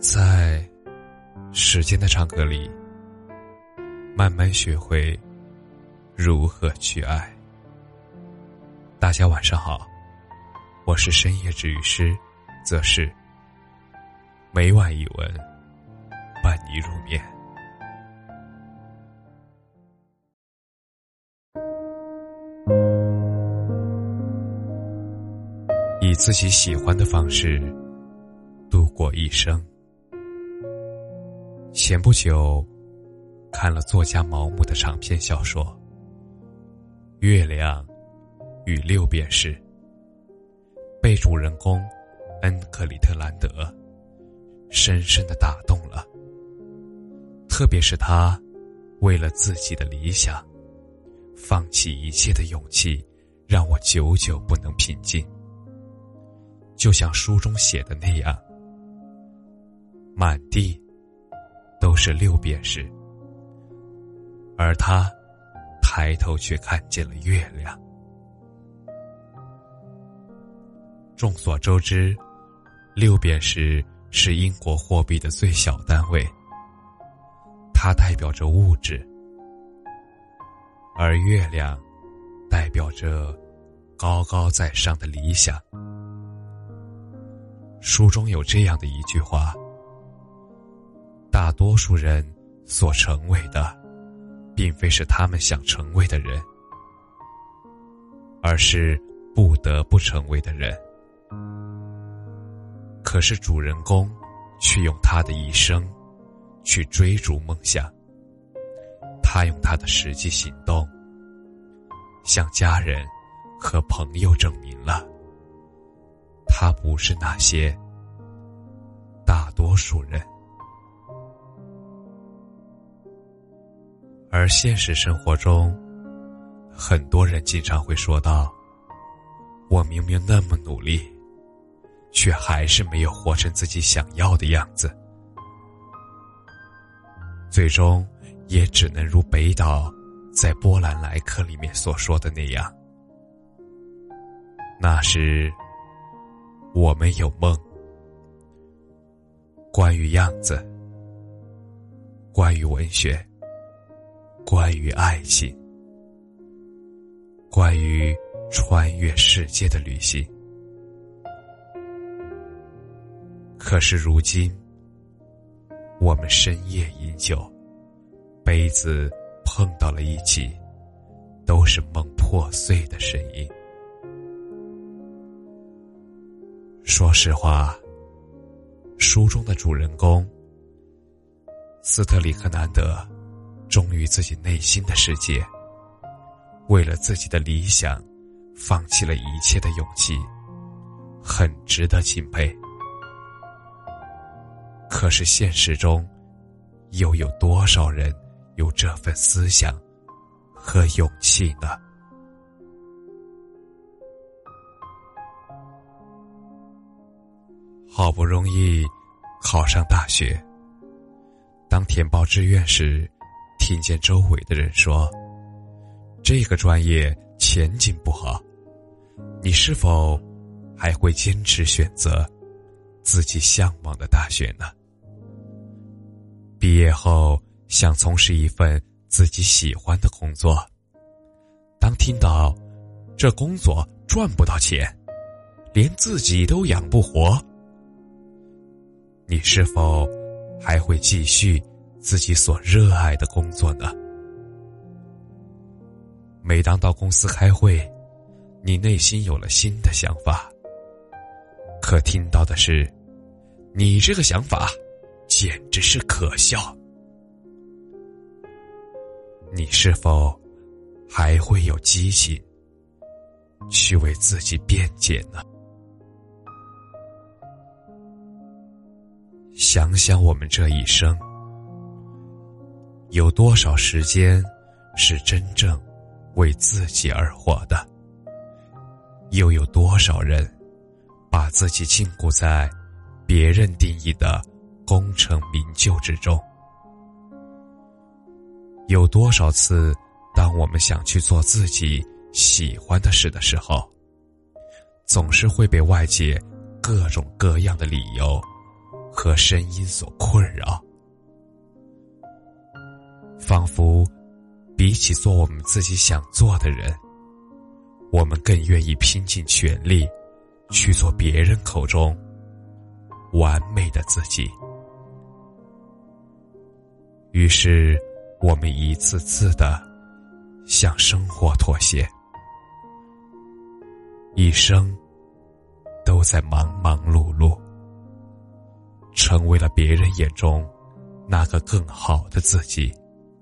在时间的长河里，慢慢学会如何去爱。大家晚上好，我是深夜治愈师则是，每晚一文伴你入眠。以自己喜欢的方式度过一生。前不久看了作家毛姆的长篇小说《月亮与六便士》，被主人公恩克里特兰德深深地打动了，特别是他为了自己的理想放弃一切的勇气，让我久久不能平静。就像书中写的那样，满地都是六便士，而他抬头却看见了月亮。众所周知，六便士是英国货币的最小单位，它代表着物质，而月亮代表着高高在上的理想。书中有这样的一句话：大多数人所成为的并非是他们想成为的人，而是不得不成为的人。可是主人公却用他的一生去追逐梦想，他用他的实际行动向家人和朋友证明了他不是那些大多数人。而现实生活中，很多人经常会说到，我明明那么努力，却还是没有活成自己想要的样子，最终也只能如北岛在波兰莱克里面所说的那样，那时我们有梦，关于样子，关于文学，关于爱情，关于穿越世界的旅行。可是如今，我们深夜饮酒，杯子碰到了一起，都是梦破碎的声音。说实话，书中的主人公斯特里克南德忠于自己内心的世界，为了自己的理想放弃了一切的勇气，很值得钦佩。可是现实中，又有多少人有这份思想和勇气呢？好不容易考上大学，当填报志愿时，听见周围的人说，这个专业前景不好，你是否还会坚持选择自己向往的大学呢？毕业后想从事一份自己喜欢的工作，当听到这工作赚不到钱，连自己都养不活，你是否还会继续自己所热爱的工作呢？每当到公司开会，你内心有了新的想法，可听到的是，你这个想法简直是可笑。你是否还会有激情去为自己辩解呢？想想我们这一生，有多少时间是真正为自己而活的？又有多少人把自己禁锢在别人定义的功成名就之中？有多少次，当我们想去做自己喜欢的事的时候，总是会被外界各种各样的理由和声音所困扰，仿佛比起做我们自己想做的人，我们更愿意拼尽全力去做别人口中完美的自己。于是我们一次次地向生活妥协，一生都在忙忙碌碌，成为了别人眼中那个更好的自己。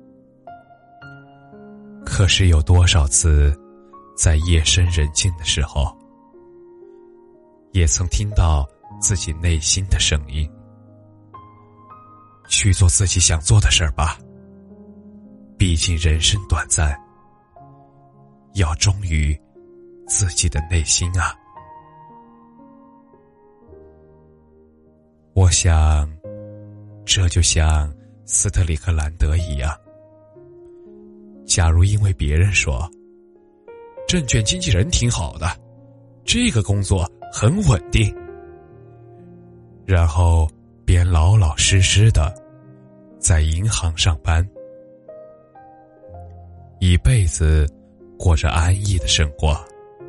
可是有多少次在夜深人静的时候，也曾听到自己内心的声音，去做自己想做的事儿吧，毕竟人生短暂，要忠于自己的内心啊。我想这就像斯特里克兰德一样，假如因为别人说证券经纪人挺好的，这个工作很稳定，然后便老老实实的在银行上班，一辈子过着安逸的生活。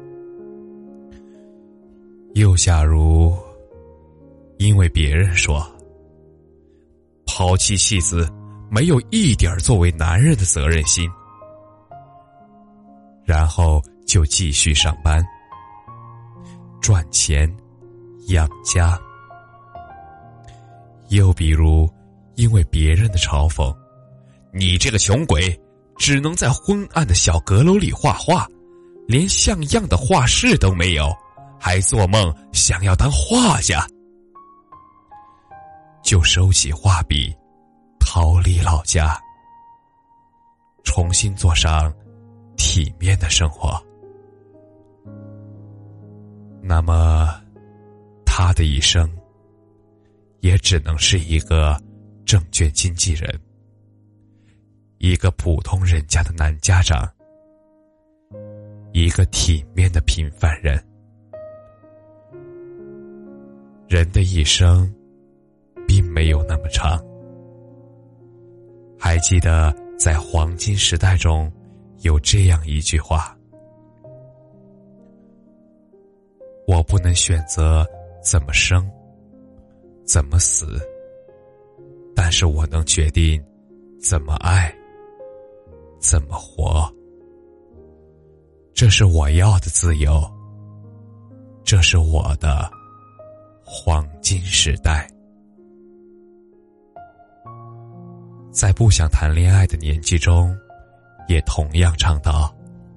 又假如因为别人说抛妻弃子没有一点作为男人的责任心，然后就继续上班赚钱养家。又比如因为别人的嘲讽，你这个穷鬼只能在昏暗的小阁楼里画画，连像样的画室都没有，还做梦想要当画家，就收起画笔，逃离老家，重新做上体面的生活。那么他的一生也只能是一个证券经纪人，一个普通人家的男家长，一个体面的平凡人。人的一生并没有那么长。还记得在黄金时代中有这样一句话，我不能选择怎么生怎么死，但是我能决定怎么爱怎么活。这是我要的自由，这是我的黄金时代。在不想谈恋爱的年纪中，也同样唱到，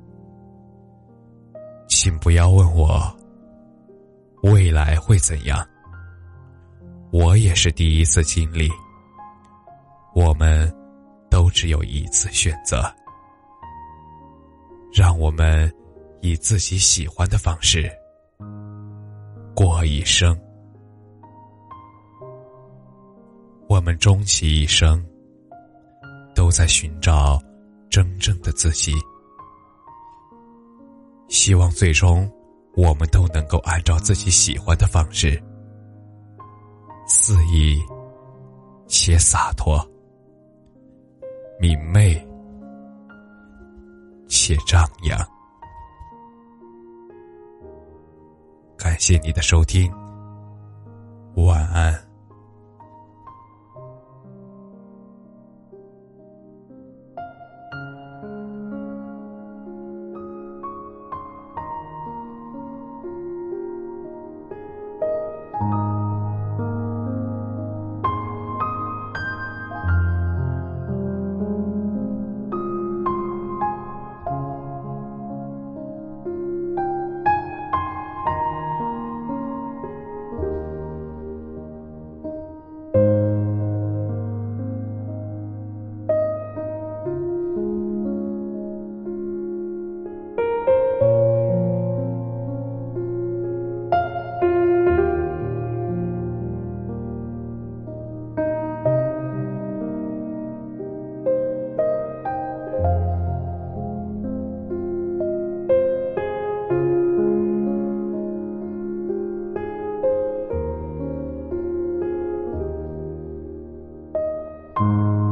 请不要问我未来会怎样，我也是第一次经历，我们都只有一次选择，让我们以自己喜欢的方式过一生。我们终其一生都在寻找真正的自己，希望最终我们都能够按照自己喜欢的方式，肆意且洒脱，明媚且张扬。感谢你的收听，晚安。 了。